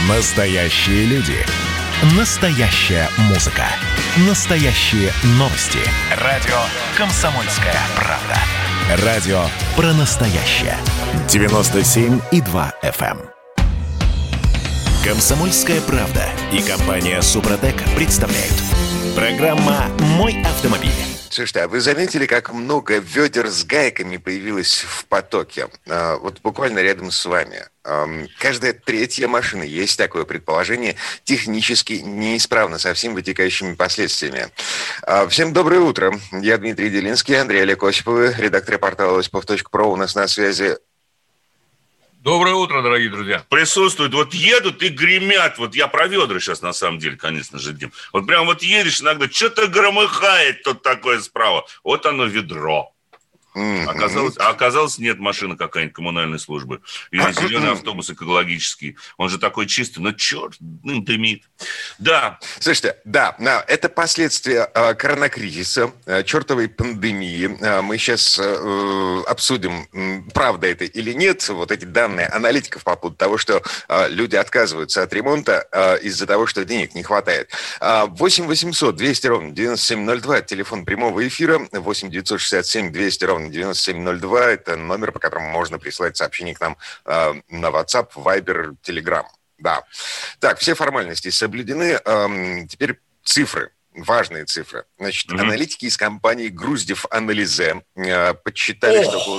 Настоящие люди. Настоящая музыка. Настоящие новости. Радио «Комсомольская правда». Радио про настоящее. 97,2 FM. «Комсомольская правда» и компания «Супротек» представляют. Программа «Мой автомобиль». Слушайте, а вы заметили, как много ведер с гайками появилось в потоке? Вот буквально рядом с вами. Каждая третья машина, есть такое предположение, технически неисправна, со всеми вытекающими последствиями. Всем доброе утро. Я Дмитрий Делинский, Андрей Олег Осиповы, редактор портала осипов.про. У нас на связи... Доброе утро, дорогие друзья. Присутствуют, вот едут и гремят. Вот я про ведра сейчас, на самом деле, конечно же, Дим. Вот прям вот едешь иногда, что-то громыхает тут такое справа. Вот оно ведро. Оказалось, нет машины какая-нибудь коммунальной службы. Или зеленый автобус экологический. Он же такой чистый, но черт, дымит. Да. Слушайте, да, это последствия коронакризиса, чертовой пандемии. Мы сейчас обсудим, правда это или нет, вот эти данные аналитиков по поводу того, что люди отказываются от ремонта из-за того, что денег не хватает. 8 800 200 ровно 9702, телефон прямого эфира, 8 967 200 ровно 9702, это номер, по которому можно присылать сообщение к нам на WhatsApp, Viber, Telegram. Да. Так, все формальности соблюдены. Теперь цифры. Важные цифры. Значит, аналитики из компании Груздев Анализе подсчитали, что около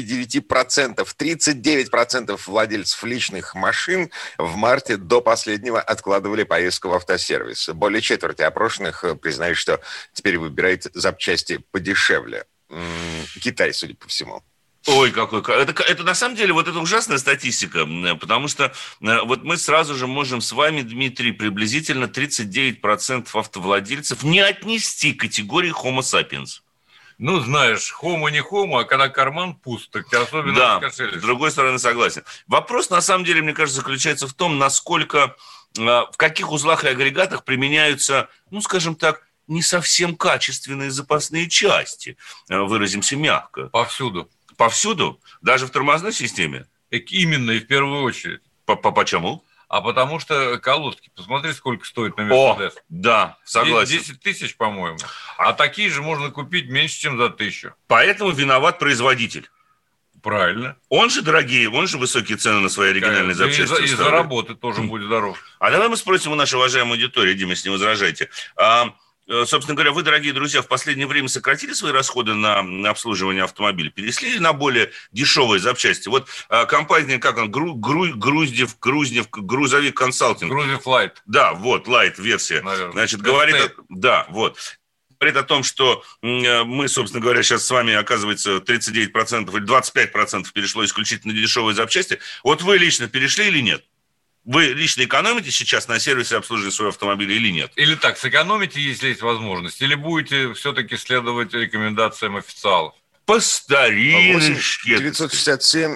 39% владельцев личных машин в марте до последнего откладывали поездку в автосервис. Более четверти опрошенных признают, что теперь выбирает запчасти подешевле. Китай, судя по всему. Ой, какой... Это на самом деле вот это ужасная статистика, потому что вот мы сразу же можем с вами, Дмитрий, приблизительно 39% автовладельцев не отнести к категории Homo sapiens. Ну, знаешь, хомо не хомо, а когда карман пуст, так ты особенно раскошелишься. Да, с другой стороны, согласен. Вопрос, на самом деле, мне кажется, заключается в том, насколько, в каких узлах и агрегатах применяются, ну, скажем так, не совсем качественные запасные части, выразимся мягко. Повсюду. Повсюду? Даже в тормозной системе? Именно и в первую очередь. Почему? А потому что колодки, посмотри, сколько стоит на Мерседес. Да, согласен. 10 тысяч, по-моему. А такие же можно купить меньше, чем за 1000. Поэтому виноват производитель. Правильно. Он же дорогие, он же высокие цены на свои оригинальные запчасти. И за работы тоже будет здоров. А давай мы спросим у нашей уважаемой аудитории, Дима, если не возражаете. Собственно говоря, вы, дорогие друзья, в последнее время сократили свои расходы на обслуживание автомобиля? Перешли на более дешевые запчасти? Вот компания, как он, Груздев, грузовик консалтинг. Груздев Лайт. Да, вот, Лайт версия. Наверное. Значит, говорит... Да, вот. Говорит о том, что мы, собственно говоря, сейчас с вами, оказывается, 39% или 25% перешло исключительно на дешевые запчасти. Вот вы лично перешли или нет? Вы лично экономите сейчас на сервисе обслуживания своего автомобиля или нет? Или так, сэкономите, если есть возможность, или будете все-таки следовать рекомендациям официалов? По стариночке. 967...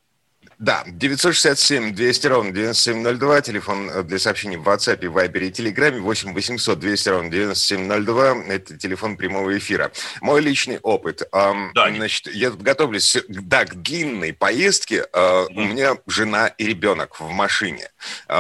Да, 967 200 ровно 9702, телефон для сообщений в WhatsApp, Viber и Telegram, 8 800 200 ровно 9702, это телефон прямого эфира. Мой личный опыт. Значит, я тут готовлюсь к длинной поездке. У меня жена и ребенок в машине.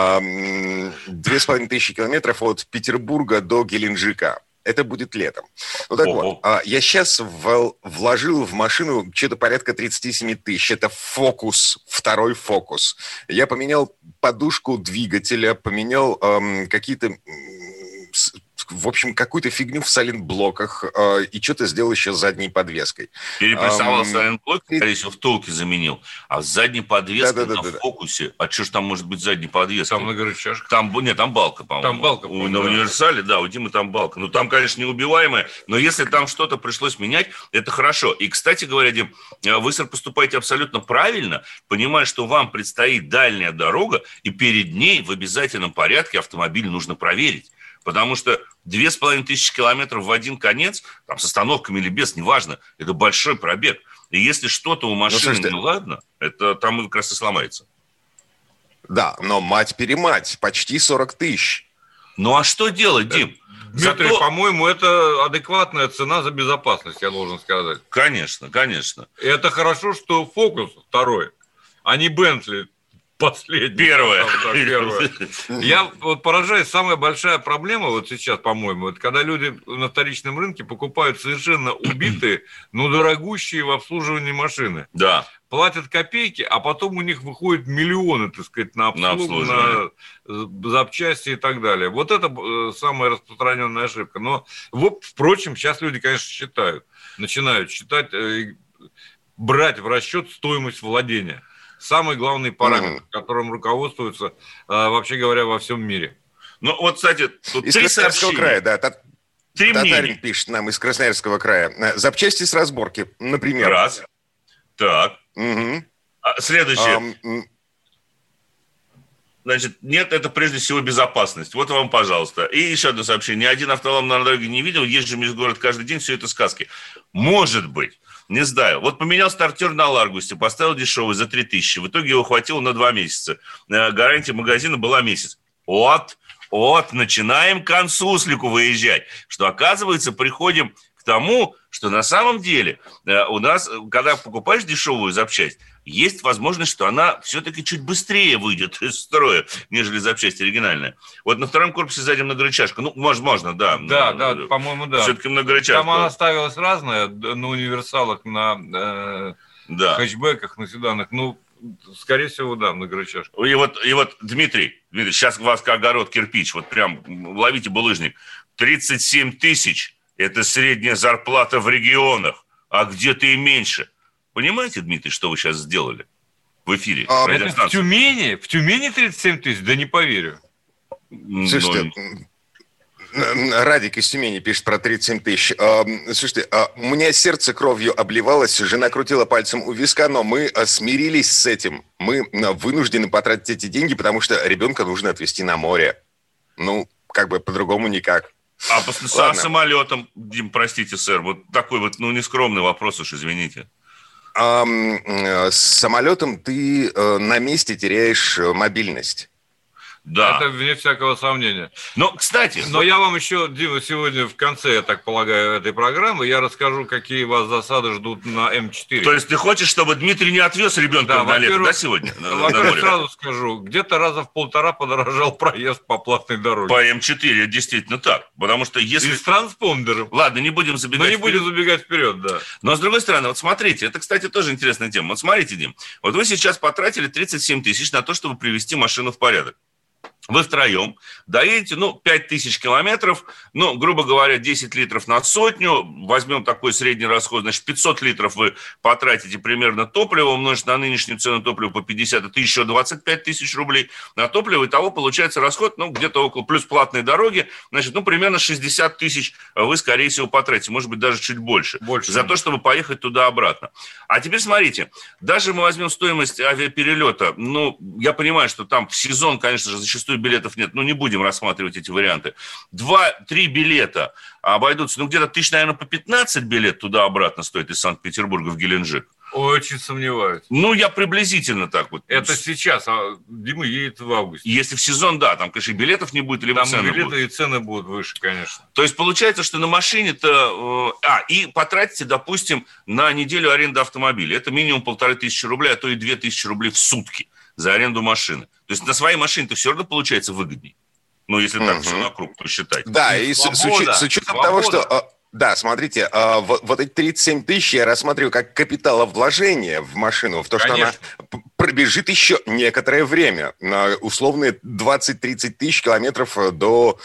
2500 километров от Петербурга до Геленджика. Это будет летом. Ну так вот, я сейчас вложил в машину что-то порядка 37 тысяч. Это Фокус, второй Фокус. Я поменял подушку двигателя, поменял какие-то... В общем, какую-то фигню в сайлент-блоках и что-то сделал еще с задней подвеской. Перепрессовал сайлент-блок, скорее всего, втулки заменил. А с задней подвеской на Фокусе... А что ж там может быть задней подвеской? Там многорычажка. Там балка, по-моему. Там балка, по-моему. На универсале, да, у Димы там балка. Ну, там, конечно, неубиваемая, но если там что-то пришлось менять, это хорошо. И, кстати говоря, Дим, вы, сэр, поступаете абсолютно правильно, понимая, что вам предстоит дальняя дорога, и перед ней в обязательном порядке автомобиль нужно проверить. Потому что 2500 километров в один конец, там, с остановками или без, неважно, это большой пробег. И если что-то у машины неладно, это там как раз и сломается. Да, но мать-перемать, почти 40 тысяч. Ну а что делать, Дим? Дмитрий, по-моему, это адекватная цена за безопасность, я должен сказать. Конечно, конечно. И это хорошо, что Фокус второй, а не Бентли Последнее. Первое. Я вот поражаюсь, самая большая проблема вот сейчас, по-моему, это когда люди на вторичном рынке покупают совершенно убитые, но дорогущие в обслуживании машины. Да. Платят копейки, а потом у них выходят миллионы, так сказать, на обслуживание, на запчасти и так далее. Вот это самая распространенная ошибка. Но, впрочем, сейчас люди, конечно, начинают считать, брать в расчет стоимость владения. Самый главный параметр, которым руководствуются, вообще говоря, во всем мире. Ну, вот, кстати, тут из 3 Красноярского сообщения. края, да. 3 мнения. Татарин пишет нам из Красноярского края. Запчасти с разборки, например. Раз. Так. Угу. Следующее. Значит, нет, это прежде всего безопасность. Вот вам, пожалуйста. И еще одно сообщение. Ни один автолом на дороге не видел. Езжу между город каждый день. Все это сказки. Может быть. Не знаю. Вот поменял стартер на Ларгусе, поставил дешевый за 3000. В итоге его хватило на 2 месяца. Гарантия магазина была месяц. Вот, начинаем к консуслику выезжать. Что, оказывается, приходим к тому, что на самом деле у нас, когда покупаешь дешевую запчасть, есть возможность, что она все-таки чуть быстрее выйдет из строя, нежели запчасть оригинальная. Вот на втором корпусе сзади многорычажка. Ну, можно, да. Да, по-моему, да. Все-таки многорычажка. Там она ставилась разная, на универсалах, на хэтчбеках, на седанах. Ну, скорее всего, да, многорычажка. И вот, Дмитрий, сейчас у вас как огород кирпич, вот прям ловите булыжник. 37 тысяч – это средняя зарплата в регионах, а где-то и меньше. Понимаете, Дмитрий, что вы сейчас сделали в эфире? Это в Тюмени? В Тюмени 37 тысяч? Да не поверю. Слушайте, Радик из Тюмени пишет про 37 тысяч. Слушайте, у меня сердце кровью обливалось, жена крутила пальцем у виска, но мы смирились с этим. Мы вынуждены потратить эти деньги, потому что ребенка нужно отвезти на море. Ну, как бы по-другому никак. А самолетом, Дим, простите, сэр, вот такой вот, нескромный вопрос уж, извините. С самолетом ты на месте теряешь мобильность. Да. Это вне всякого сомнения. Но, кстати... Но я вам еще, Дима, сегодня в конце, я так полагаю, этой программы, я расскажу, какие вас засады ждут на М4. То есть ты хочешь, чтобы Дмитрий не отвез ребенка на лето, да, сегодня? Во-первых, сразу скажу, где-то раза в 1,5 подорожал проезд по платной дороге. По М4, действительно так. Потому что если... И с транспондером. Ладно, не будем забегать вперед. Будем забегать вперед, да. Но, с другой стороны, вот смотрите, это, кстати, тоже интересная тема. Вот смотрите, Дим, вот вы сейчас потратили 37 тысяч на то, чтобы привести машину в порядок. Вы втроем доедете, 5000 километров, грубо говоря, 10 литров на сотню, возьмем такой средний расход, значит, 500 литров вы потратите примерно топлива, умножить на нынешнюю цену топлива по 50, это еще 25 тысяч рублей на топливо, и того получается расход, где-то около, плюс платной дороги, значит, примерно 60 тысяч вы, скорее всего, потратите, может быть, даже чуть больше. За то, чтобы поехать туда-обратно. А теперь смотрите, даже мы возьмем стоимость авиаперелета, я понимаю, что там в сезон, конечно же, зачастую билетов нет, не будем рассматривать эти варианты. 2-3 билета обойдутся, где-то тысяч, наверное, по 15 билет туда-обратно стоит из Санкт-Петербурга в Геленджик. Очень сомневаюсь. Я приблизительно так вот. Это сейчас, а Дима едет в августе. Если в сезон, да, там, конечно, билетов не будет, либо цены билеты будут. И цены будут выше, конечно. То есть получается, что на машине-то... и потратите, допустим, на неделю аренды автомобиля. Это минимум 1500 рублей, а то и 2000 рублей в сутки за аренду машины. То есть на своей машине-то все равно получается выгодней. Если так все на круг посчитать. Да, и с учетом того, что... Да, смотрите, вот эти 37 тысяч я рассматриваю как капиталовложение в машину, в то, что она пробежит еще некоторое время, на условные 20-30 тысяч километров до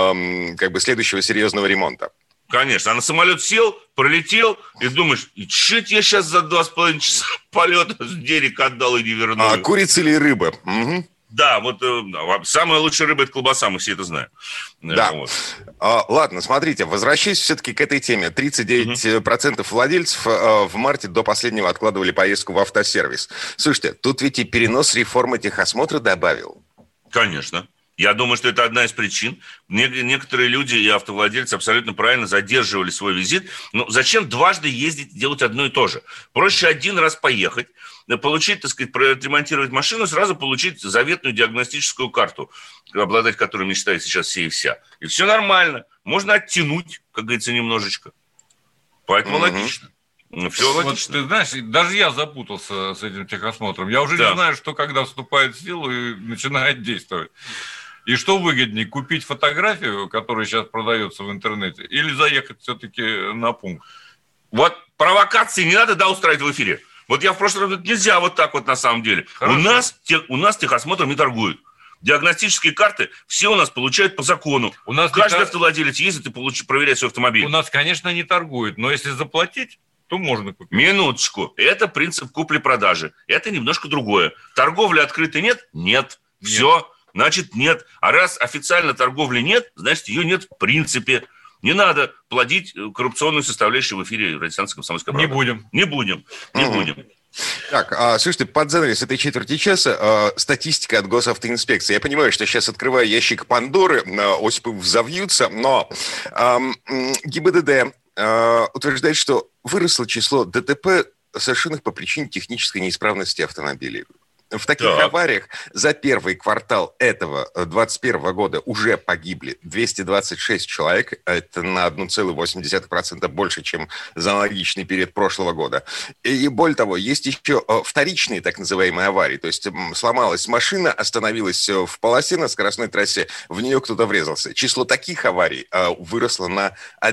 следующего серьезного ремонта. Конечно, а на самолет сел, пролетел, и думаешь, что я сейчас за 2,5 часа полета денег отдал и не вернул? Курица или рыба? Угу. Да, самая лучшая рыба – это колбаса, мы все это знаем. Да. Ладно, смотрите, возвращаясь все-таки к этой теме. 39% владельцев в марте до последнего откладывали поездку в автосервис. Слушайте, тут ведь и перенос реформы техосмотра добавил. Конечно. Я думаю, что это одна из причин. Некоторые люди и автовладельцы абсолютно правильно задерживали свой визит. Зачем дважды ездить, делать одно и то же? Проще один раз поехать, получить, отремонтировать машину, сразу получить заветную диагностическую карту, обладать которой мечтает сейчас все и вся. И все нормально. Можно оттянуть, как говорится, немножечко. Поэтому логично. Все вот логично. Ты знаешь, даже я запутался с этим техосмотром. Я уже не знаю, что когда вступает в силу и начинает действовать. И что выгоднее, купить фотографию, которая сейчас продается в интернете, или заехать все-таки на пункт? Вот провокации не надо, устраивать в эфире. Вот я в прошлый раз нельзя вот так вот на самом деле. У нас техосмотром не торгуют. Диагностические карты все у нас получают по закону. У нас каждый автовладелец ездит и проверяет свой автомобиль. У нас, конечно, не торгуют, но если заплатить, то можно купить. Минуточку. Это принцип купли-продажи. Это немножко другое. Торговли открытой нет? Нет. Все. Значит, нет. А раз официально торговли нет, значит, ее нет в принципе. Не надо плодить коррупционную составляющую в эфире радиостанции «Комсомольская правда». Не будем. Так, слушайте, под занавес этой четверти часа статистика от госавтоинспекции. Я понимаю, что сейчас открываю ящик Пандоры, Осипов взовьются, но ГИБДД утверждает, что выросло число ДТП, совершенных по причине технической неисправности автомобилей. В таких авариях за первый квартал этого 2021 года уже погибли 226 человек. Это на 1,8% больше, чем за аналогичный период прошлого года. И более того, есть еще вторичные так называемые аварии. То есть сломалась машина, остановилась в полосе на скоростной трассе, в нее кто-то врезался. Число таких аварий выросло на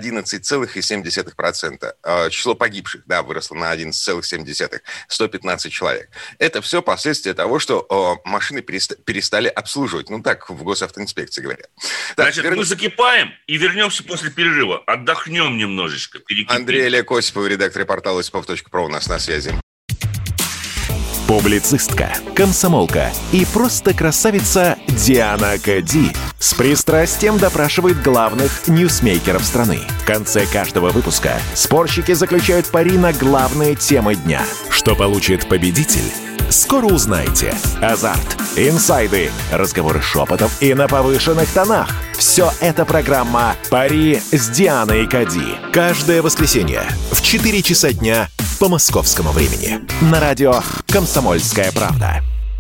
11,7%. Число погибших, выросло на 11,7%. 115 человек. Это все последствия того, что машины перестали обслуживать. Так в госавтоинспекции говорят. Так, значит, мы закипаем и вернемся после перерыва. Отдохнем немножечко. Андрей Олег Осипов, редактор портала osipov.pro у нас на связи. Публицистка, комсомолка и просто красавица Диана Кади с пристрастием допрашивает главных ньюсмейкеров страны. В конце каждого выпуска спорщики заключают пари на главные темы дня. Что получит победитель? Скоро узнаете. Азарт, инсайды, разговоры шепотов и на повышенных тонах. Все это программа «Пари с Дианой Кади». Каждое воскресенье в 4 часа дня по московскому времени. На радио «Комсомольская правда».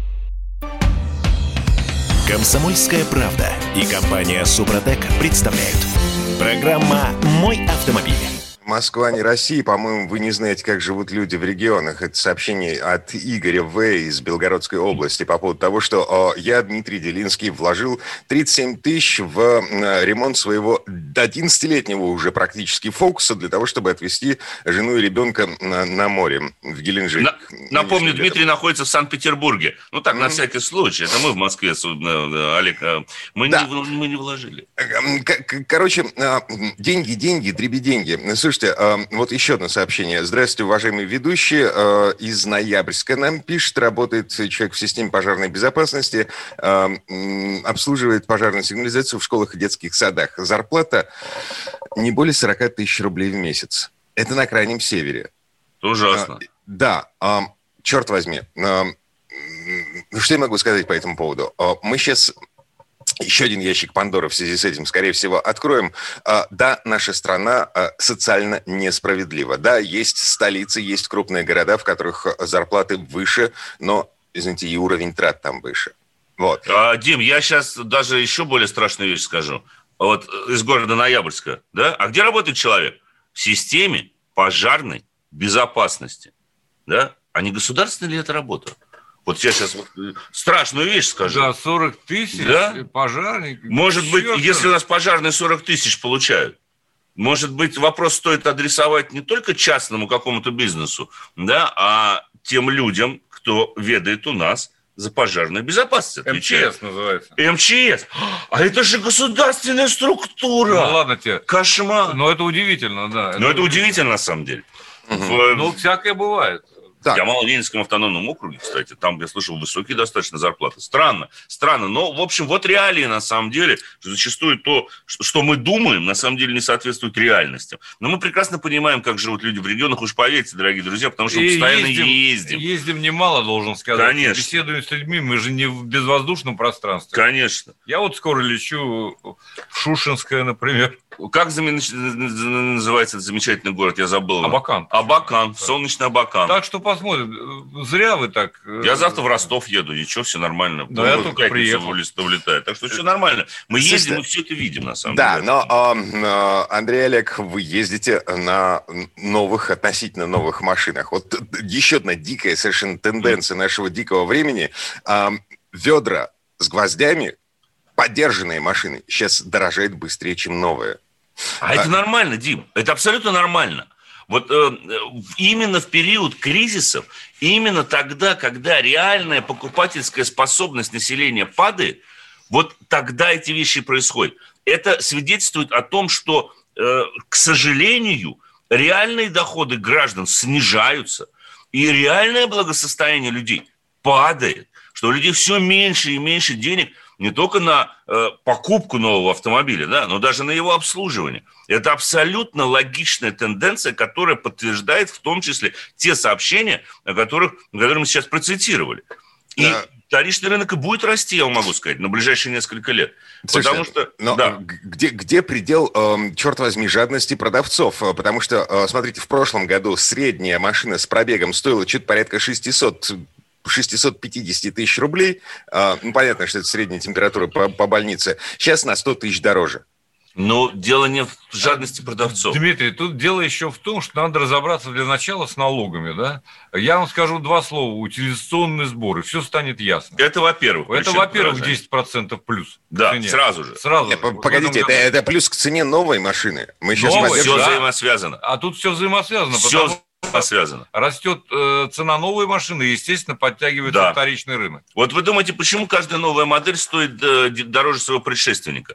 «Комсомольская правда» и компания «Супротек» представляют. Программа «Мой автомобиль». Москва не Россия. По-моему, вы не знаете, как живут люди в регионах. Это сообщение от Игоря В. из Белгородской области по поводу того, что я, Дмитрий Делинский, вложил 37 тысяч в ремонт своего 11-летнего уже практически «Фокуса» для того, чтобы отвезти жену и ребенка на море в Геленджик. Напомню, Дмитрий находится в Санкт-Петербурге. На всякий случай. Это мы в Москве, Олег. Мы не вложили. Короче, деньги, дребеденьги. Слушайте, вот еще одно сообщение. Здравствуйте, уважаемые ведущие. Из Ноябрьска нам пишет, работает человек в системе пожарной безопасности, обслуживает пожарную сигнализацию в школах и детских садах. Зарплата не более 40 тысяч рублей в месяц. Это на Крайнем Севере. Ужасно. Да, черт возьми. Что я могу сказать по этому поводу? Мы сейчас... Еще один ящик Пандоры в связи с этим, скорее всего, откроем. Да, наша страна социально несправедлива. Да, есть столицы, есть крупные города, в которых зарплаты выше, но, извините, и уровень трат там выше. Вот. Дим, я сейчас даже еще более страшную вещь скажу. Вот из города Ноябрьска, да? А где работает человек? В системе пожарной безопасности, да? А не государственная ли это работа? Вот я сейчас страшную вещь скажу. Да, 40 тысяч пожарников. Может быть, если у нас пожарные 40 тысяч получают, может быть, вопрос стоит адресовать не только частному какому-то бизнесу, да, а тем людям, кто ведает у нас за пожарную безопасность. Отвечает. МЧС называется. МЧС. А это же государственная структура. Ну ладно тебе. Кошмар. Но это удивительно, да. Но это удивительно на самом деле. Ну, всякое бывает. Так. Я в Ямало-Ненецком автономном округе, кстати, там, я слышал, высокие достаточно зарплаты. Странно. Но, в общем, вот реалии, на самом деле, зачастую то, что мы думаем, на самом деле не соответствует реальности. Но мы прекрасно понимаем, как живут люди в регионах, уж поверьте, дорогие друзья, потому что мы постоянно ездим. Ездим немало, должен сказать. Конечно. Беседуем с людьми, мы же не в безвоздушном пространстве. Конечно. Я вот скоро лечу в Шушинское, например. Как называется этот замечательный город? Я забыл. Абакан. Абакан. Солнечный Абакан. Так что посмотрим. Зря вы так... Я завтра в Ростов еду, ничего, все нормально. Да, я только приехал. Улетает. Так что все нормально. Мы ездим, мы все это видим, на самом деле. Да, но, Андрей Олег, вы ездите на относительно новых машинах. Вот еще одна дикая совершенно тенденция нашего дикого времени. Ведра с гвоздями, подержанные машины, сейчас дорожают быстрее, чем новые. А это нормально, Дим, это абсолютно нормально. Вот именно в период кризисов, именно тогда, когда реальная покупательская способность населения падает, вот тогда эти вещи происходят. Это свидетельствует о том, что, к сожалению, реальные доходы граждан снижаются, и реальное благосостояние людей падает, что у людей все меньше и меньше денег не только на покупку нового автомобиля, да, но даже на его обслуживание. Это абсолютно логичная тенденция, которая подтверждает в том числе те сообщения, которые мы сейчас процитировали. И вторичный рынок и будет расти, я вам могу сказать, на ближайшие несколько лет. Слушайте, потому что, где предел, черт возьми, жадности продавцов? Потому что, смотрите, в прошлом году средняя машина с пробегом стоила чуть порядка 650 тысяч рублей. Понятно, что это средняя температура по больнице. Сейчас на 100 тысяч дороже. Но дело не в жадности продавцов. Дмитрий, тут дело еще в том, что надо разобраться для начала с налогами, да? Я вам скажу два слова: утилизационные сборы, все станет ясно. Это во-первых. Это, во-первых, 10% плюс. Да, сразу же. Погодите, это плюс к цене новой машины. Мы сейчас все взаимосвязано. А тут все взаимосвязано. Все связано. Растет цена новой машины, и, естественно, подтягивается вторичный рынок. Вот вы думаете, почему каждая новая модель стоит дороже своего предшественника?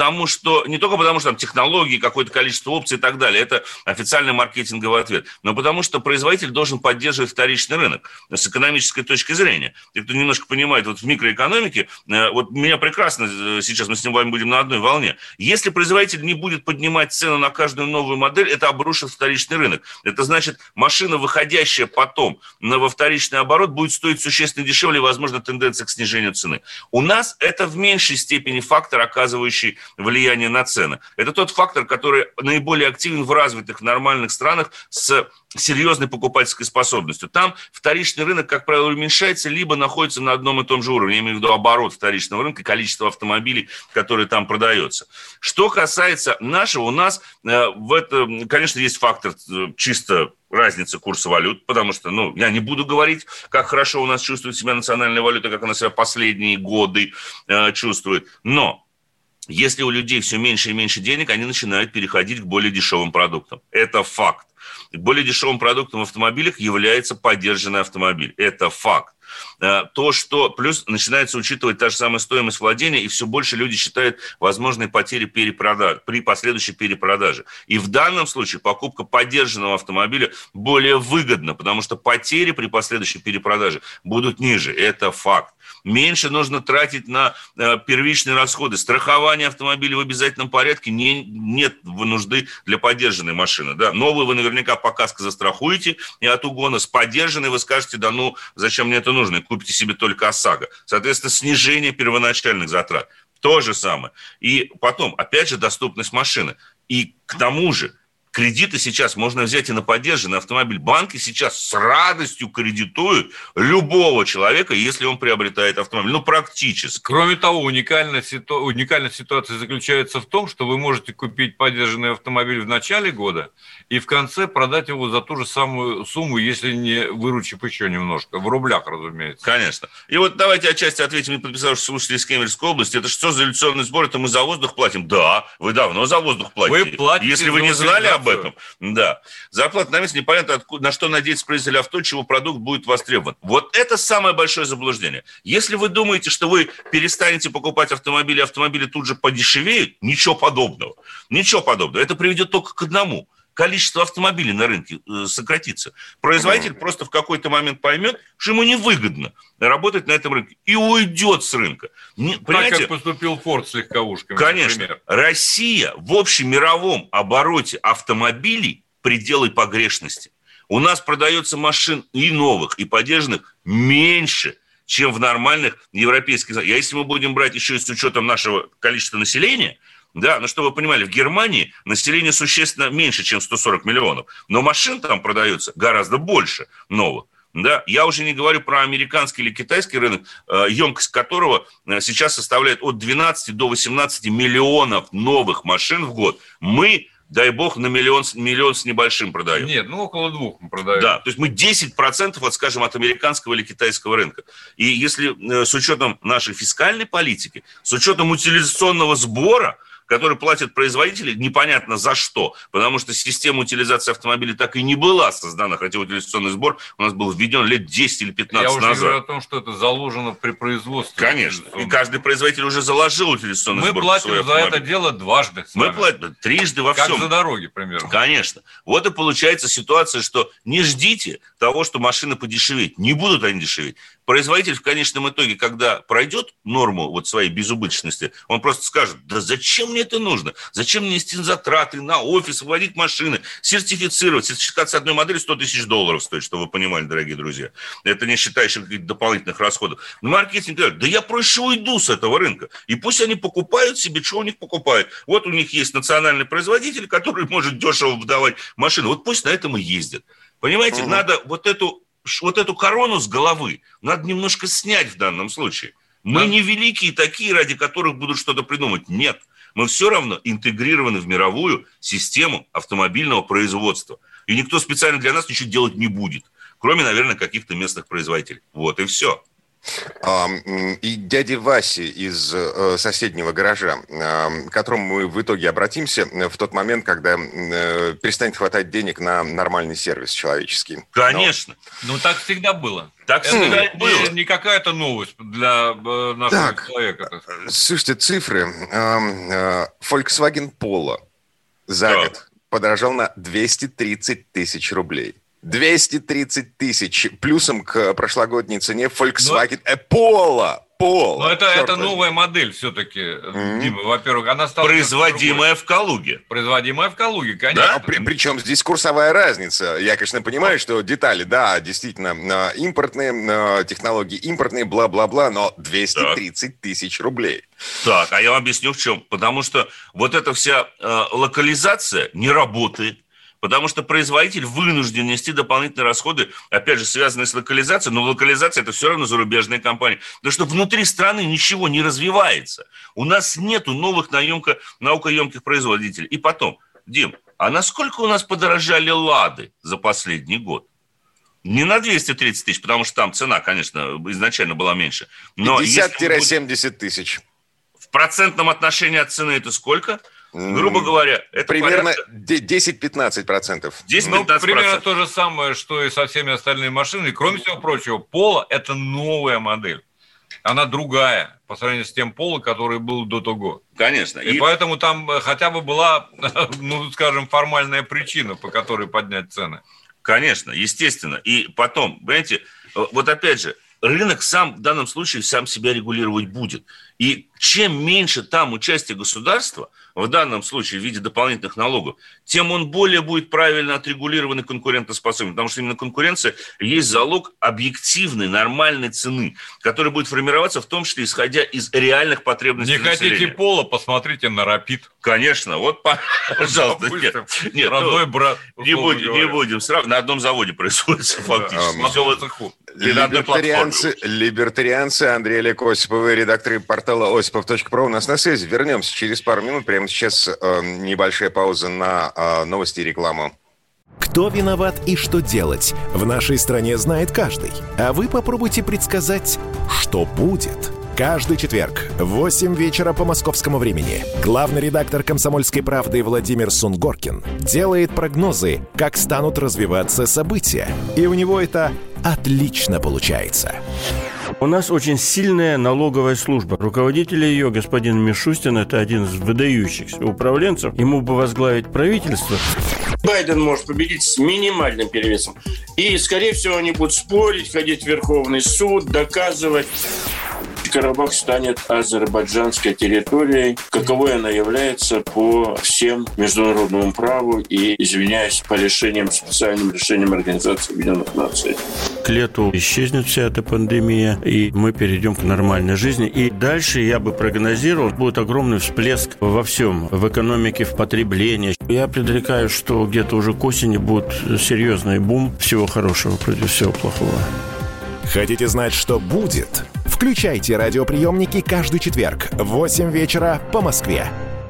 Не только потому, что там технологии, какое-то количество опций и так далее. Это официальный маркетинговый ответ. Но потому что производитель должен поддерживать вторичный рынок с экономической точки зрения. Те, кто немножко понимает в микроэкономике, вот меня прекрасно, сейчас мы с вами будем на одной волне. Если производитель не будет поднимать цену на каждую новую модель, это обрушит вторичный рынок. Это значит, машина, выходящая потом во вторичный оборот, будет стоить существенно дешевле, и, возможно, тенденция к снижению цены. У нас это в меньшей степени фактор, оказывающий влияние на цены. Это тот фактор, который наиболее активен в развитых нормальных странах с серьезной покупательской способностью. Там вторичный рынок, как правило, уменьшается, либо находится на одном и том же уровне. Я имею в виду оборот вторичного рынка, количество автомобилей, которые там продаются. Что касается нашего, у нас конечно, есть фактор чисто разницы курса валют, потому что, я не буду говорить, как хорошо у нас чувствует себя национальная валюта, как она себя последние годы чувствует. Но если у людей все меньше и меньше денег, они начинают переходить к более дешевым продуктам. Это факт. Более дешевым продуктом в автомобилях является подержанный автомобиль. Это факт. То, что плюс начинается учитывать та же самая стоимость владения, и все больше люди считают возможные потери при последующей перепродаже. И в данном случае покупка подержанного автомобиля более выгодна, потому что потери при последующей перепродаже будут ниже. Это факт. Меньше нужно тратить на первичные расходы. Страхование автомобиля в обязательном порядке нет нужды для подержанной машины. Да? Новую вы наверняка по каско застрахуете, и от угона с подержанной вы скажете, зачем мне это нужно, и купите себе только ОСАГО. Соответственно, снижение первоначальных затрат. То же самое. И потом, опять же, доступность машины. И к тому же, кредиты сейчас можно взять и на подержанный автомобиль. Банки сейчас с радостью кредитуют любого человека, если он приобретает автомобиль. Практически. Кроме того, уникальность ситуации заключается в том, что вы можете купить подержанный автомобиль в начале года и в конце продать его за ту же самую сумму, если не выручив еще немножко. В рублях, разумеется. Конечно. И вот давайте отчасти ответим и подписавшись слушатели из Кемеровской области. Это что за революционный сбор? Это мы за воздух платим? Да, вы давно за воздух платите. Вы платите. Если вы не знали об этом, да. Зарплата на месяц, непонятно, на что надеется производитель авто, чего продукт будет востребован. Вот это самое большое заблуждение. Если вы думаете, что вы перестанете покупать автомобили, автомобили тут же подешевеют, ничего подобного. Ничего подобного. Это приведет только к одному. Количество автомобилей на рынке сократится. Производитель просто в какой-то момент поймет, что ему невыгодно работать на этом рынке и уйдет с рынка. Так, как поступил Форд с легковушками. Конечно. Например. Россия в общемировом обороте автомобилей пределы погрешности. У нас продается машин и новых, и подержанных меньше, чем в нормальных европейских странах. Если мы будем брать еще и с учетом нашего количества населения, да, чтобы вы понимали, в Германии население существенно меньше, чем 140 миллионов. Но машин там продается гораздо больше новых. Да, я уже не говорю про американский или китайский рынок, емкость которого сейчас составляет от 12 до 18 миллионов новых машин в год. Мы, дай бог, на миллион с небольшим продаем. Нет, около 2 мы продаем. Да, то есть мы 10%, вот скажем, от американского или китайского рынка. И если с учетом нашей фискальной политики, с учетом утилизационного сбора, который платят производители, непонятно за что, потому что система утилизации автомобилей так и не была создана, хотя утилизационный сбор у нас был введен лет 10 или 15 назад. Я уже говорю о том, что это заложено при производстве. Конечно, и каждый производитель уже заложил утилизационный сбор. Мы платим за это дело дважды. Мы платим трижды во всем. Как за дороги, примерно. Конечно. Вот и получается ситуация, что не ждите того, что машины подешеветь. Не будут они дешеветь. Производитель в конечном итоге, когда пройдет норму вот своей безубыточности, он просто скажет: да зачем мне это нужно? Зачем мне нести затраты на офис, вводить машины, сертифицировать? Сертификация одной модели $100 000 стоит, чтобы вы понимали, дорогие друзья. Это не считая еще каких-то дополнительных расходов. Но маркетинг говорит: да я проще уйду с этого рынка. И пусть они покупают себе, что у них покупают. Вот у них есть национальный производитель, который может дешево выдавать машины. Вот пусть на этом и ездят. Понимаете, надо вот эту корону с головы надо немножко снять в данном случае. Мы не великие такие, ради которых будут что-то придумать. Нет. Мы все равно интегрированы в мировую систему автомобильного производства. И никто специально для нас ничего делать не будет. Кроме, наверное, каких-то местных производителей. Вот и все. И дяде Васе из соседнего гаража, к которому мы в итоге обратимся в тот момент, когда перестанет хватать денег на нормальный сервис человеческий. Конечно. Так всегда было. Так всегда и было. Не какая-то новость для нашего человека. Слушайте, цифры. Volkswagen Polo за год подорожал на 230 тысяч рублей. 230 тысяч. Плюсом к прошлогодней цене Volkswagen Polo. Но это новая модель все-таки, Дима. Во-первых, она стала... Производимая в Калуге. Производимая в Калуге, конечно. Да, причем здесь курсовая разница. Я, конечно, понимаю, что детали, да, действительно, импортные, технологии импортные, бла-бла-бла, но 230 тысяч рублей. Так, а я вам объясню в чем. Потому что вот эта вся локализация не работает. Потому что производитель вынужден нести дополнительные расходы, опять же, связанные с локализацией, но локализация – это все равно зарубежная компания. Потому что внутри страны ничего не развивается. У нас нету новых наукоемких производителей. И потом, Дим, а насколько у нас подорожали «Лады» за последний год? Не на 230 тысяч, потому что там цена, конечно, изначально была меньше. 50-70 тысяч. В процентном отношении от цены это сколько? Грубо говоря, это примерно порядка... 10-15%. 10-15%. Примерно то же самое, что и со всеми остальными машинами. Кроме всего прочего, Polo – это новая модель. Она другая по сравнению с тем Polo, который был до того. Конечно. И поэтому там хотя бы была, скажем, формальная причина, по которой поднять цены. Конечно, естественно. И потом, понимаете, вот опять же, рынок сам в данном случае сам себя регулировать будет. И чем меньше там участие государства, в данном случае в виде дополнительных налогов, тем он более будет правильно отрегулирован и конкурентоспособен. Потому что именно конкуренция есть залог объективной, нормальной цены, которая будет формироваться в том числе исходя из реальных потребностей населения. Не хотите Polo, посмотрите на Rapid. Конечно, вот, пожалуйста. Нет, родной брат. Не будем сравнивать. На одном заводе производится фактически. Либертарианцы, Андрей Олег Осипов, редакторы портала осипов.про у нас на связи. Вернемся через пару минут. Прямо сейчас небольшая пауза на новости и рекламу. Кто виноват и что делать, в нашей стране знает каждый. А вы попробуйте предсказать, что будет. Каждый четверг в 8 вечера по московскому времени главный редактор «Комсомольской правды» Владимир Сунгоркин делает прогнозы, как станут развиваться события. И у него это отлично получается. У нас очень сильная налоговая служба. Руководитель ее, господин Мишустин, это один из выдающихся управленцев. Ему бы возглавить правительство. Байден может победить с минимальным перевесом. И, скорее всего, они будут спорить, ходить в Верховный суд, доказывать. Карабах станет азербайджанской территорией, каковой она является по всем международному праву и, извиняюсь, по специальным решениям Организации Объединенных Наций. К лету исчезнет вся эта пандемия, и мы перейдем к нормальной жизни. И дальше, я бы прогнозировал, будет огромный всплеск во всем, в экономике, в потреблении. Я предрекаю, что где-то уже к осени будет серьезный бум. Всего хорошего против всего плохого. Хотите знать, что будет? Включайте радиоприемники каждый четверг в 8 вечера по Москве.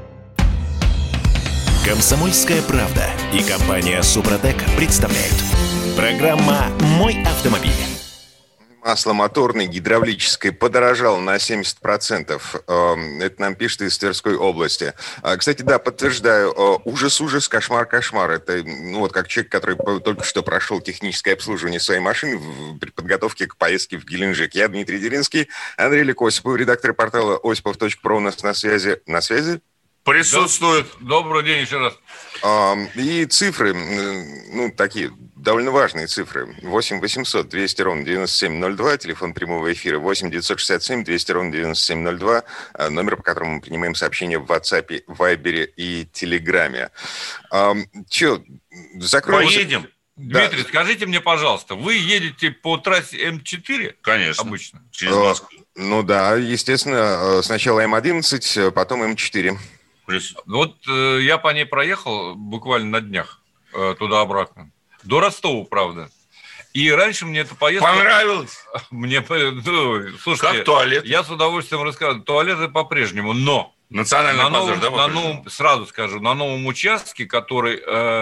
«Комсомольская правда» и компания «Супротек» представляют. Программа «Мой автомобиль». Масло моторное, гидравлическое подорожало на 70%. Это нам пишет из Тверской области. Кстати, да, подтверждаю. Ужас-ужас, кошмар-кошмар. Это вот как человек, который только что прошел техническое обслуживание своей машины при подготовке к поездке в Геленджик. Я Дмитрий Делинский, Андрей Лекосипов, редактор портала осипов.про у нас на связи. На связи? Присутствует. Добрый день еще раз. И цифры, такие довольно важные цифры. 8 800 200 ровно 9702, телефон прямого эфира 8 967 200 ровно 9702, номер, по которому мы принимаем сообщения в WhatsApp, Viber и Телеграме. Закроем? Поедем. Дмитрий, скажите мне, пожалуйста, вы едете по трассе М4? Конечно. Обычно. Через Москву. Да, естественно, сначала М11, потом М4. Вот я по ней проехал буквально на днях, туда-обратно. До Ростова, правда. И раньше мне эта поездка... Понравилось? Мне, слушайте, как туалет? Я с удовольствием рассказываю. Туалеты по-прежнему, но... Национальный базар, да? Сразу скажу, на новом участке, который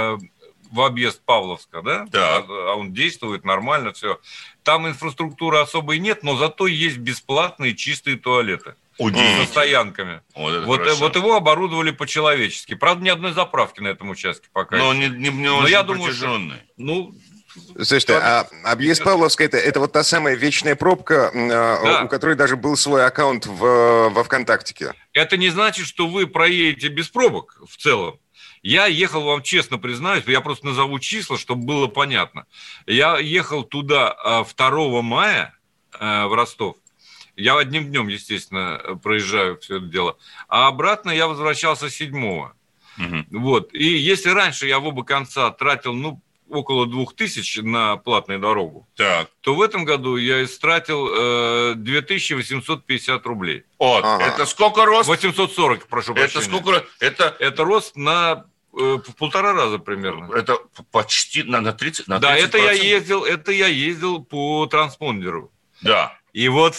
в объезд Павловска, да? Да. Он действует нормально, все. Там инфраструктуры особой нет, но зато есть бесплатные чистые туалеты. Со стоянками. Вот его оборудовали по-человечески. Правда, ни одной заправки на этом участке пока. Но не очень протяженный. Слушайте, объезд Павловска это вот та самая вечная пробка, да, у которой даже был свой аккаунт во ВКонтактике. Это не значит, что вы проедете без пробок в целом. Я ехал, вам честно признаюсь, я просто назову числа, чтобы было понятно. Я ехал туда 2 мая в Ростов. Я одним днем, естественно, проезжаю все это дело. А обратно я возвращался 7-го. Угу. Вот. И если раньше я в оба конца тратил, около 2000 на платную дорогу, так, то в этом году я истратил 2850 рублей. Это сколько рост? 840, прошу прощения. Это сколько? Это рост в 1,5 раза примерно. Это почти на 30%. Да, это я ездил по транспондеру. Да. И вот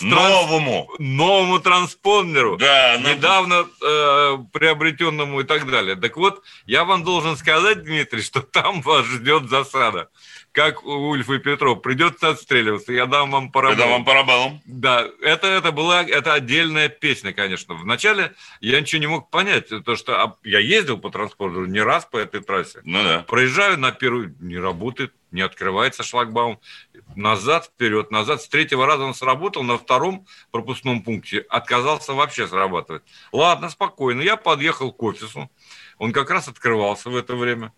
новому транспондеру, да, недавно приобретенному и так далее. Так вот, я вам должен сказать, Дмитрий, что там вас ждет засада. Как у Ульфа и Петров, придется отстреливаться, я дам вам парабеллум. Да, это отдельная песня, конечно. Вначале я ничего не мог понять, потому что я ездил по транспортеру не раз по этой трассе. Да. Проезжаю на первую, не работает, не открывается шлагбаум. Назад, вперед, назад. С 3-го раза он сработал, на 2-м пропускном пункте отказался вообще срабатывать. Ладно, спокойно. Я подъехал к офису. Он как раз открывался в это время.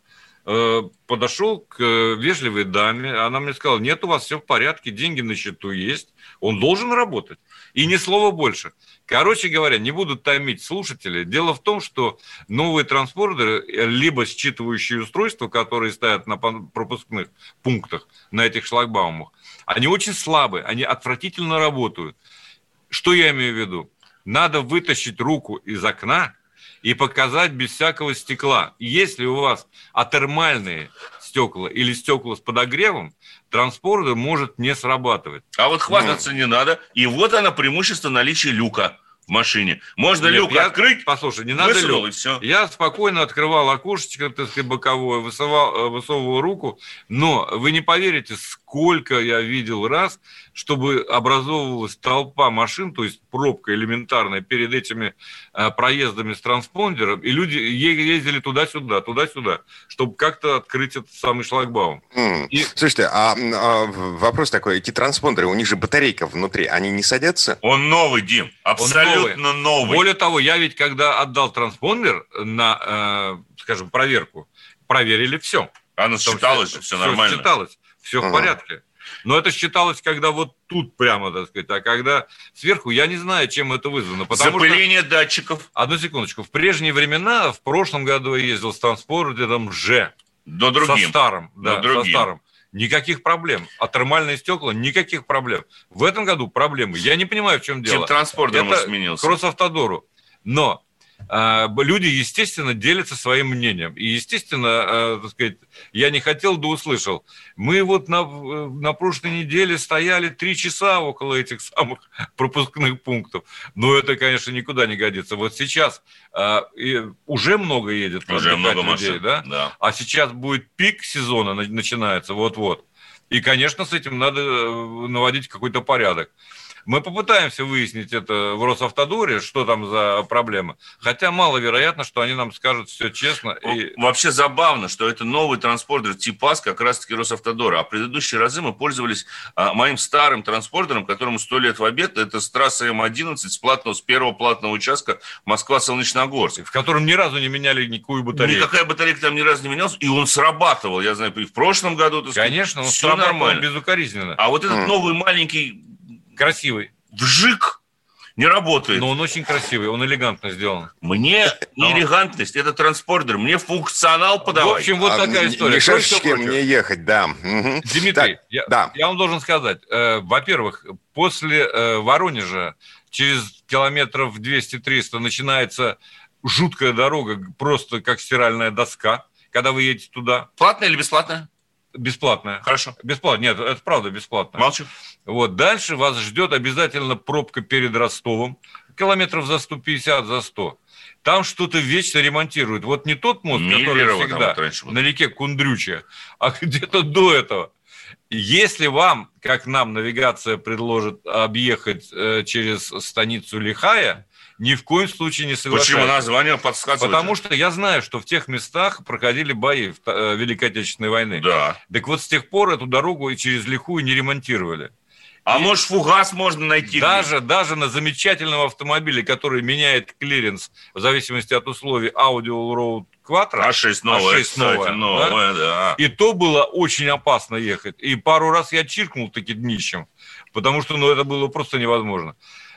Подошел к вежливой даме. Она мне сказала: нет, у вас все в порядке, деньги на счету есть. Он должен работать. И ни слова больше. Короче говоря, не буду томить слушателей. Дело в том, что новые транспортеры, либо считывающие устройства, которые стоят на пропускных пунктах, на этих шлагбаумах, они очень слабые, они отвратительно работают. Что я имею в виду? Надо вытащить руку из окна и показать без всякого стекла. Если у вас атермальные стекла или стекла с подогревом, транспортер может не срабатывать. А вот хвастаться не надо. И вот оно преимущество наличия люка в машине. Можно люк открыть. Послушай, не надо люк. И все. Я спокойно открывал окошечко, так сказать, боковое, высовывал руку. Но вы не поверите, сколько я видел раз, чтобы образовывалась толпа машин, то есть пробка элементарная перед этими проездами с транспондером, и люди ездили туда-сюда, чтобы как-то открыть этот самый шлагбаум. Слушайте, вопрос такой, эти транспондеры, у них же батарейка внутри, они не садятся? Он новый, Дим, абсолютно новый. Более того, я ведь когда отдал транспондер на, скажем, проверку, проверили все. Оно считалось, все нормально. Считалось, все в порядке. Но это считалось, когда вот тут прямо, так сказать, а когда сверху, я не знаю, чем это вызвано. Запыление датчиков. Одну секундочку. В прежние времена, в прошлом году я ездил с транспортером Ж. Но другим. Со старым. Но со старым. Никаких проблем. А термальные стекла, никаких проблем. В этом году проблемы. Я не понимаю, в чем дело. Тип транспортера сменился. Кросс-автодору. Но люди, естественно, делятся своим мнением. И, естественно, так сказать, я не хотел, да услышал. Мы вот на прошлой неделе стояли 3 часа около этих самых пропускных пунктов. Но это, конечно, никуда не годится. Вот сейчас уже много едет. Уже много людей, машин, да? А сейчас будет пик сезона, начинается вот-вот. И, конечно, с этим надо наводить какой-то порядок. Мы попытаемся выяснить это в Росавтодоре, что там за проблема. Хотя маловероятно, что они нам скажут все честно. Вообще забавно, что это новый транспортер типа АЗ как раз-таки Росавтодора. А предыдущие разы мы пользовались моим старым транспортером, которому 100 лет в обед. Это с трассы М11 с первого платного участка Москва-Солнечногорск. В котором ни разу не меняли никакую батарейку. Никакая батарейка там ни разу не менялась. И он срабатывал. Я знаю, и в прошлом году. Конечно, он срабатывал безукоризненно. А вот этот новый маленький... Красивый. Вжик не работает. Но он очень красивый, он элегантно сделан. Мне не элегантность, это транспортер. Мне функционал подавай. В общем, вот такая история. Мишашечки мне ехать, да. Дмитрий, так, я вам должен сказать. Во-первых, после Воронежа через километров 200-300 начинается жуткая дорога, просто как стиральная доска, когда вы едете туда. Платная или бесплатная? Бесплатная. Хорошо. Бесплатно. Нет, это правда бесплатно. Молчу. Вот. Дальше вас ждет обязательно пробка перед Ростовом. Километров за 150, за 100. Там что-то вечно ремонтируют. Вот не тот мост, который всегда на реке Кундрюча, а где-то до этого. Если вам, как нам, навигация предложит объехать через станицу Лихая, ни в коем случае не соглашаюсь. Почему название подсказывает? Потому что я знаю, что в тех местах проходили бои Великой Отечественной войны. Да. Так вот, с тех пор эту дорогу через Лихую не ремонтировали. Может, фугас можно найти? Даже на замечательном автомобиле, который меняет клиренс в зависимости от условий Audi Allroad Quattro. А6 новая, да. И то было очень опасно ехать. И пару раз я чиркнул таки днищем, потому что это было просто невозможно.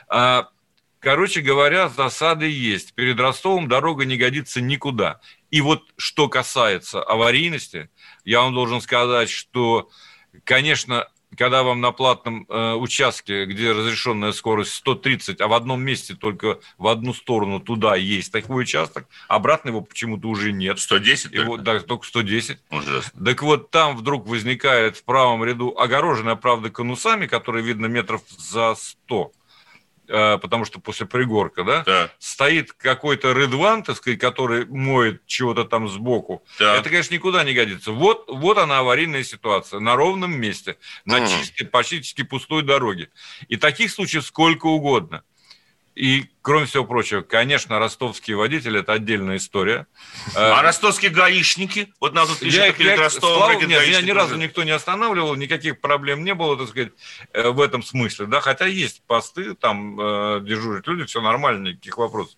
Короче говоря, засады есть. Перед Ростовом дорога не годится никуда. И вот что касается аварийности, я вам должен сказать, что, конечно, когда вам на платном участке, где разрешенная скорость 130, а в одном месте только в одну сторону туда есть такой участок, обратно его почему-то уже нет. 110? Да, только 110. Ужасно. Так вот, там вдруг возникает в правом ряду, огороженная, правда, конусами, которые видно метров за 100, потому что после пригорка, да, стоит какой-то Рыдван, так сказать, который моет чего-то там сбоку. Да. Это, конечно, никуда не годится. Вот она аварийная ситуация. На ровном месте, на чистой, практически пустой дороге. И таких случаев сколько угодно. И, кроме всего прочего, конечно, ростовские водители – это отдельная история. А ростовские гаишники? Вот нас тут пишут перед Ростовом. Меня ни разу никто не останавливал, никаких проблем не было, так сказать, в этом смысле. Да? Хотя есть посты, там дежурят люди, все нормально, никаких вопросов.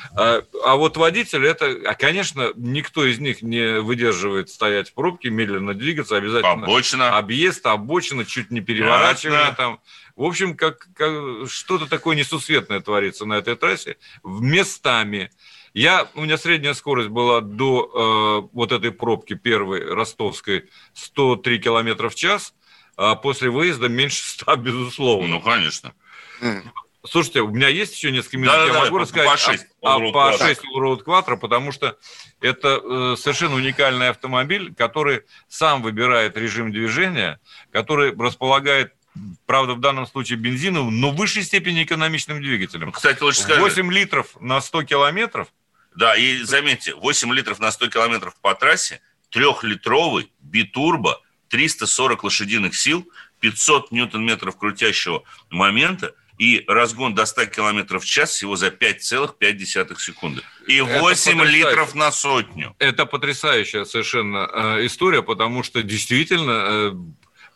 А вот водитель – это, конечно, никто из них не выдерживает стоять в пробке, медленно двигаться, обязательно обочина. Объезд, обочина, чуть не переворачивание там. В общем, как что-то такое несусветное творится на этой трассе местами. У меня средняя скорость была до вот этой пробки первой ростовской 103 км в час, а после выезда меньше 100, безусловно. Ну, конечно. Слушайте, у меня есть еще несколько минут, я могу рассказать по 6 Allroad Quattro, потому что это совершенно уникальный автомобиль, который сам выбирает режим движения, который располагает, правда, в данном случае бензиновым, но в высшей степени экономичным двигателем. Кстати, лучше сказать. 8 литров на 100 километров. Да, и заметьте, 8 литров на 100 километров по трассе, 3-литровый битурбо, 340 лошадиных сил, 500 ньютон-метров крутящего момента и разгон до 100 километров в час всего за 5,5 секунды. И 8 литров на сотню. Это потрясающая совершенно история, потому что действительно...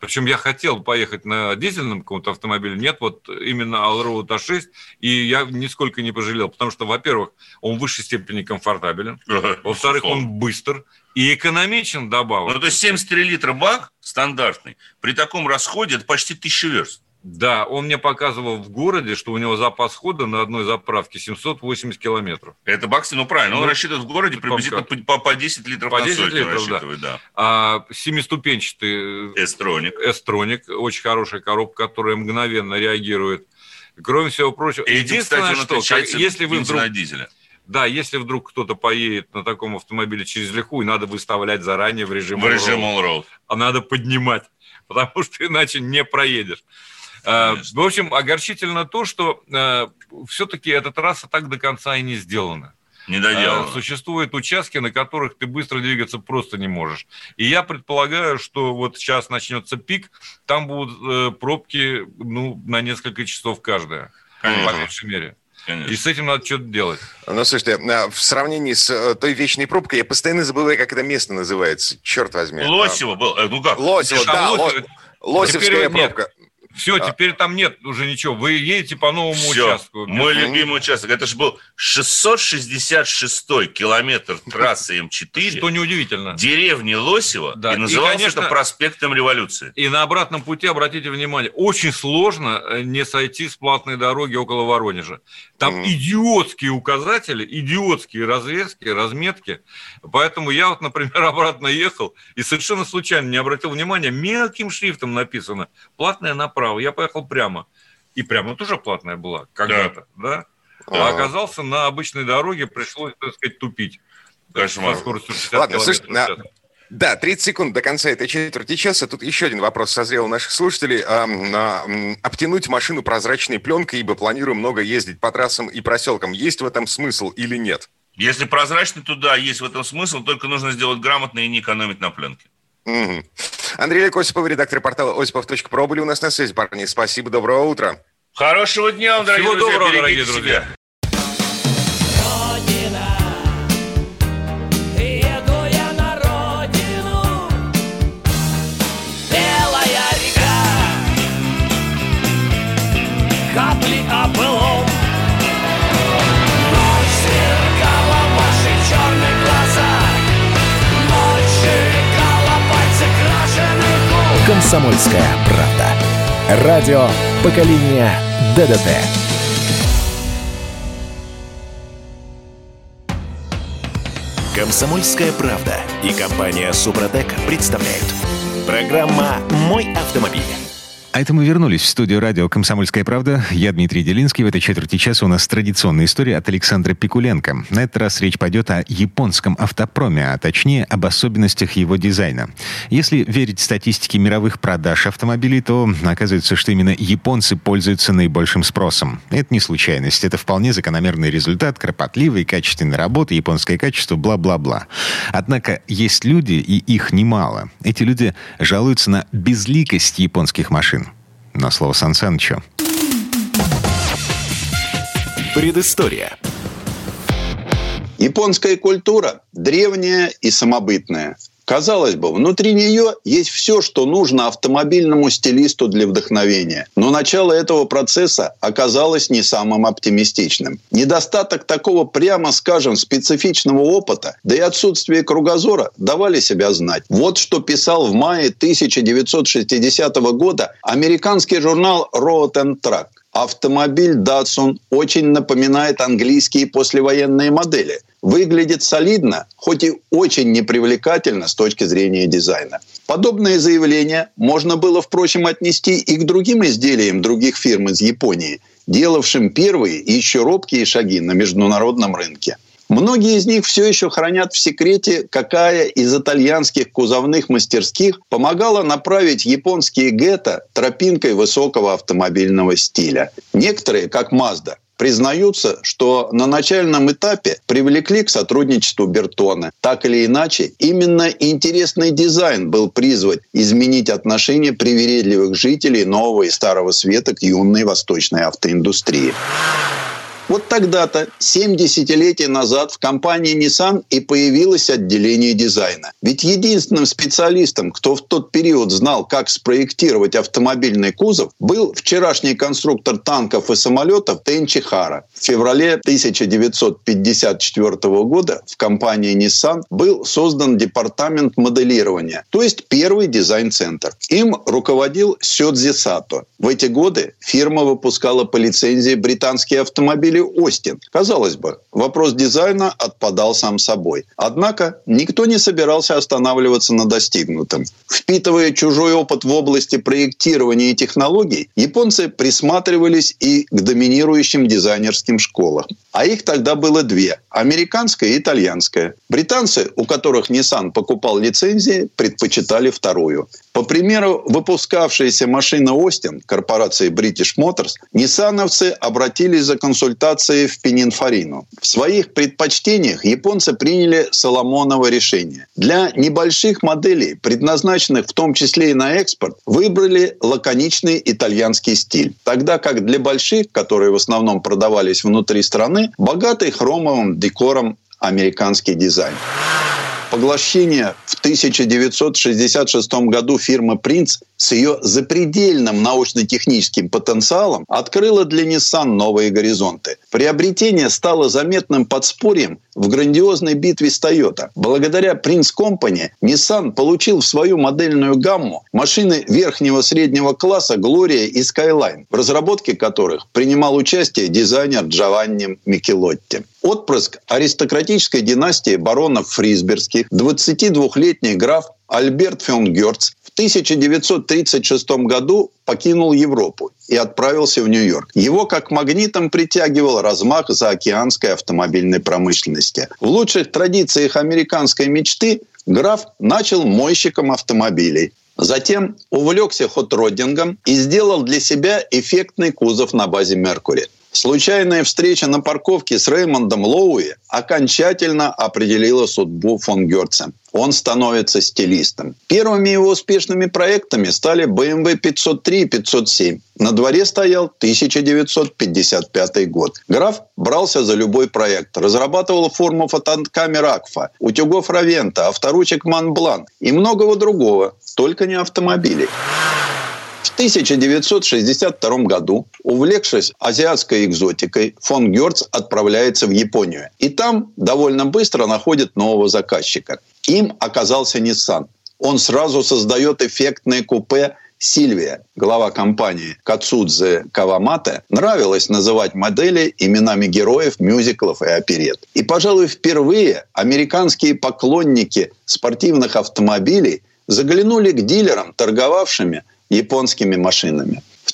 Причем я хотел поехать на дизельном каком-то автомобиле. Нет, вот именно Allroad A6. И я нисколько не пожалел. Потому что, во-первых, он в высшей степени комфортабелен. Во-вторых, он быстр. И экономичен добавок. Ну, то есть 73 литра бак стандартный. При таком расходе это почти 1000 верст. Да, он мне показывал в городе, что у него запас хода на одной заправке 780 километров. Это баксы, ну правильно. Он рассчитывает в городе приблизительно по 10 литров по на 10 сотню. Литров, да. А семиступенчатый S-Tronic, очень хорошая коробка, которая мгновенно реагирует. Кроме всего прочего, единственное, что если вы вдруг... дизеля. Да, если вдруг кто-то поедет на таком автомобиле через Лихуй, надо выставлять заранее в режим Allroad. А надо поднимать, потому что иначе не проедешь. В общем, огорчительно то, что все-таки эта трасса так до конца и не сделана. Не доделана. Существуют участки, на которых ты быстро двигаться просто не можешь. И я предполагаю, что вот сейчас начнется пик, там будут пробки на несколько часов каждая, по меньшей мере. Конечно. И с этим надо что-то делать. Ну, слушайте, в сравнении с той вечной пробкой, я постоянно забываю, как это место называется. Черт возьми. Лосево был. Ну как? Лосево, да. Лосевская пробка. Все, теперь там нет уже ничего. Вы едете по новому участку. Мой любимый участок. Это же был 666-й километр трассы М4. Что неудивительно. Деревни Лосево. Да. И назывался, конечно, это проспектом Революции. И на обратном пути, обратите внимание, очень сложно не сойти с платной дороги около Воронежа. Там идиотские указатели, идиотские развески, разметки. Поэтому я вот, например, обратно ехал и совершенно случайно не обратил внимания, мелким шрифтом написано «платная направо». Я поехал прямо. И прямо тоже платная была когда-то, да? А оказался на обычной дороге, пришлось, так сказать, тупить. Кошмар. Ладно, слушайте, да, 30 секунд до конца этой четверти часа. Тут еще один вопрос созрел у наших слушателей. Обтянуть машину прозрачной пленкой, ибо планирую много ездить по трассам и проселкам. Есть в этом смысл или нет? Если прозрачный, то да, есть в этом смысл, только нужно сделать грамотно и не экономить на пленке. Угу. Андрей Олег Осипов, редактор портала Осипов.про, были у нас на связи, парни. Спасибо, доброго утра. Хорошего дня вам, дорогие друзья. Всего доброго, дорогие друзья. Еду я на родину, белая река, капли о былом. Ночь сверкала в ваши черные глаза, ночь сжигала пальцы крашеных губ. «Комсомольская правда». Радио поколения ДДТ. «Комсомольская правда» и компания «Супротек» представляют. Программа «Мой автомобиль». А это мы вернулись в студию радио «Комсомольская правда». Я Дмитрий Делинский. В этой четверти часа у нас традиционная история от Александра Пикуленко. На этот раз речь пойдет о японском автопроме, а точнее об особенностях его дизайна. Если верить статистике мировых продаж автомобилей, то оказывается, что именно японцы пользуются наибольшим спросом. Это не случайность. Это вполне закономерный результат кропотливой и качественной работы, японское качество, бла-бла-бла. Однако есть люди, и их немало. Эти люди жалуются на безликость японских машин. Но слово Сан Санычу. Предыстория. Японская культура древняя и самобытная. Казалось бы, внутри нее есть все, что нужно автомобильному стилисту для вдохновения. Но начало этого процесса оказалось не самым оптимистичным. Недостаток такого, прямо скажем, специфичного опыта, да и отсутствие кругозора давали себя знать. Вот что писал в мае 1960 года американский журнал Road and Track. Автомобиль Datsun очень напоминает английские послевоенные модели. Выглядит солидно, хоть и очень непривлекательно с точки зрения дизайна. Подобное заявление можно было, впрочем, отнести и к другим изделиям других фирм из Японии, делавшим первые и еще робкие шаги на международном рынке. Многие из них все еще хранят в секрете, какая из итальянских кузовных мастерских помогала направить японские гетто тропинкой высокого автомобильного стиля. Некоторые, как Mazda, признаются, что на начальном этапе привлекли к сотрудничеству Бертоне. Так или иначе, именно интересный дизайн был призван изменить отношение привередливых жителей нового и старого света к юной восточной автоиндустрии. В Вот тогда-то, 7 десятилетий назад, в компании Nissan и появилось отделение дизайна. Ведь единственным специалистом, кто в тот период знал, как спроектировать автомобильный кузов, был вчерашний конструктор танков и самолетов Тенчи Хара. В феврале 1954 года в компании Nissan был создан департамент моделирования, то есть первый дизайн-центр. Им руководил Сёдзи Сато. В эти годы фирма выпускала по лицензии британские автомобили Остин. Казалось бы, вопрос дизайна отпадал сам собой. Однако никто не собирался останавливаться на достигнутом. Впитывая чужой опыт в области проектирования и технологий, японцы присматривались и к доминирующим дизайнерским школам. А их тогда было две – американская и итальянская. Британцы, у которых Nissan покупал лицензии, предпочитали вторую. По примеру выпускавшейся машины Остин корпорации British Motors, ниссановцы обратились за консультацией в Пининфарину. В своих предпочтениях японцы приняли Соломоново решение. Для небольших моделей, предназначенных в том числе и на экспорт, выбрали лаконичный итальянский стиль. Тогда как для больших, которые в основном продавались внутри страны, богатый хромовым декором американский дизайн. Поглощение в 1966 году фирмы «Принц» с ее запредельным научно-техническим потенциалом открыло для Nissan новые горизонты. Приобретение стало заметным подспорьем в грандиозной битве с Toyota. Благодаря Prince Company Nissan получил в свою модельную гамму машины верхнего-среднего класса Gloria и Skyline, в разработке которых принимал участие дизайнер Джованни Микелотти. Отпрыск аристократической династии баронов Фрисбергских, 22-летний граф Альберт фон Герц в 1936 году покинул Европу и отправился в Нью-Йорк. Его как магнитом притягивал размах заокеанской автомобильной промышленности. В лучших традициях американской мечты граф начал мойщиком автомобилей. Затем увлекся хот-роддингом и сделал для себя эффектный кузов на базе «Меркури». Случайная встреча на парковке с Реймондом Лоуи окончательно определила судьбу фон Герца. Он становится стилистом. Первыми его успешными проектами стали BMW 503 и 507. На дворе стоял 1955 год. Граф брался за любой проект. Разрабатывал форму фотокамер Акфа, утюгов Равента, авторучек Монблан и многого другого, только не автомобилей. В 1962 году, увлекшись азиатской экзотикой, фон Герц отправляется в Японию. И там довольно быстро находит нового заказчика. Им оказался Nissan. Он сразу создает эффектное купе «Сильвия». Глава компании Кацудзе Кавамата нравилось называть модели именами героев мюзиклов и оперет. И, пожалуй, впервые американские поклонники спортивных автомобилей заглянули к дилерам, торговавшими японскими машинами. В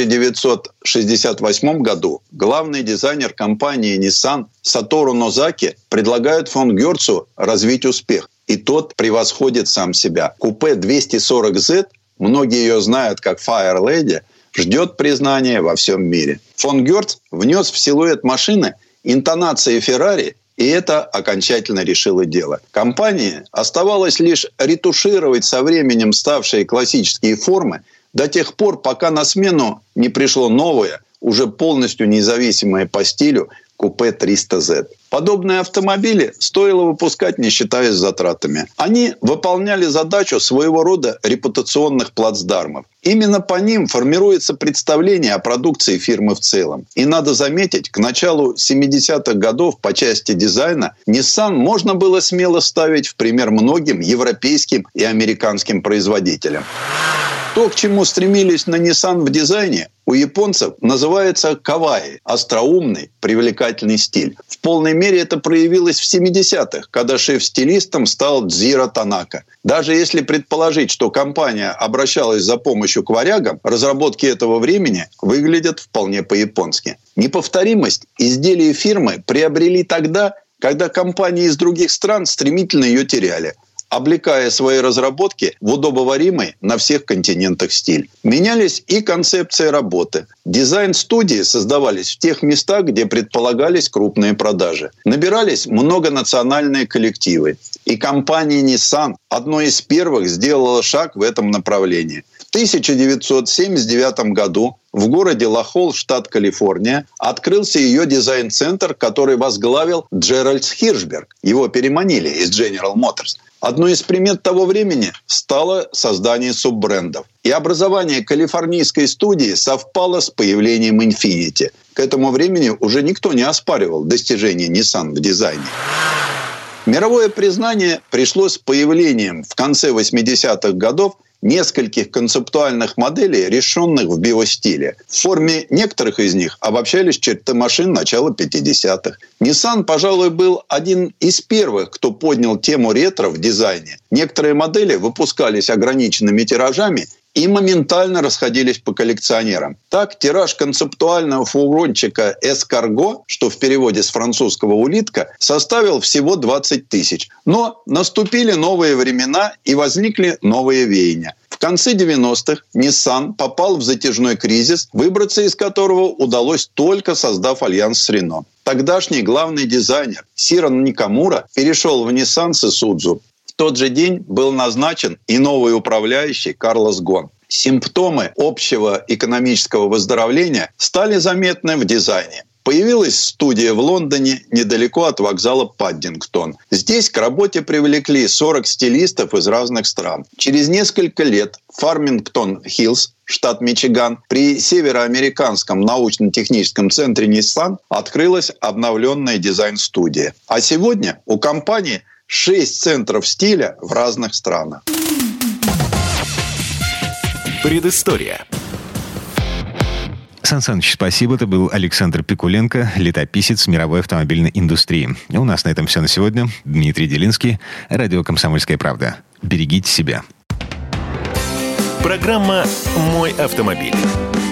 1968 году главный дизайнер компании Nissan Сатору Нозаки предлагает фон Герцу развить успех. И тот превосходит сам себя. Купе 240Z, многие ее знают как Fire Lady, ждет признания во всем мире. Фон Герц внес в силуэт машины интонации Феррари, и это окончательно решило дело. Компании оставалось лишь ретушировать со временем ставшие классические формы до тех пор, пока на смену не пришло новое, уже полностью независимое по стилю купе 300Z. Подобные автомобили стоило выпускать, не считаясь затратами. Они выполняли задачу своего рода репутационных плацдармов. Именно по ним формируется представление о продукции фирмы в целом. И надо заметить, к началу 70-х годов по части дизайна Nissan можно было смело ставить в пример многим европейским и американским производителям. То, к чему стремились на Nissan в дизайне, у японцев называется каваи – остроумный, привлекательный стиль. В полной мере это проявилось в 70-х, когда шеф-стилистом стал Дзиро Танака. Даже если предположить, что компания обращалась за помощью к варягам, разработки этого времени выглядят вполне по-японски. Неповторимость изделий фирмы приобрели тогда, когда компании из других стран стремительно ее теряли, облекая свои разработки в удобоваримый на всех континентах стиль. Менялись и концепции работы. Дизайн-студии создавались в тех местах, где предполагались крупные продажи. Набирались многонациональные коллективы. И компания Nissan одной из первых сделала шаг в этом направлении. В В 1979 году в городе Лохолл, штат Калифорния, открылся ее дизайн-центр, который возглавил Джеральд Хиршберг. Его переманили из General Motors. Одной из примет того времени стало создание суббрендов. И образование калифорнийской студии совпало с появлением Infiniti. К этому времени уже никто не оспаривал достижения Nissan в дизайне. Мировое признание пришло с появлением в конце 80-х годов нескольких концептуальных моделей, решенных в биостиле. В форме некоторых из них обобщались черты машин начала 50-х. Nissan, пожалуй, был один из первых, кто поднял тему ретро в дизайне. Некоторые модели выпускались ограниченными тиражами и моментально расходились по коллекционерам. Так, тираж концептуального фургончика «Эскарго», что в переводе с французского «улитка», составил всего 20 тысяч. Но наступили новые времена и возникли новые веяния. В конце 90-х Nissan попал в затяжной кризис, выбраться из которого удалось только создав альянс с Renault. Тогдашний главный дизайнер Сиран Накамура перешел в Nissan с Исудзу. В тот же день был назначен и новый управляющий Карлос Гон. Симптомы общего экономического выздоровления стали заметны в дизайне. Появилась студия в Лондоне, недалеко от вокзала Паддингтон. Здесь к работе привлекли 40 стилистов из разных стран. Через несколько лет в Фармингтон-Хиллз, штат Мичиган, при североамериканском научно-техническом центре Nissan открылась обновленная дизайн-студия. А сегодня у компании 6 центров стиля в разных странах. Предыстория. Сан Саныч, спасибо. Это был Александр Пикуленко, летописец мировой автомобильной индустрии. У нас на этом все на сегодня. Дмитрий Делинский, радио «Комсомольская правда». Берегите себя. Программа «Мой автомобиль».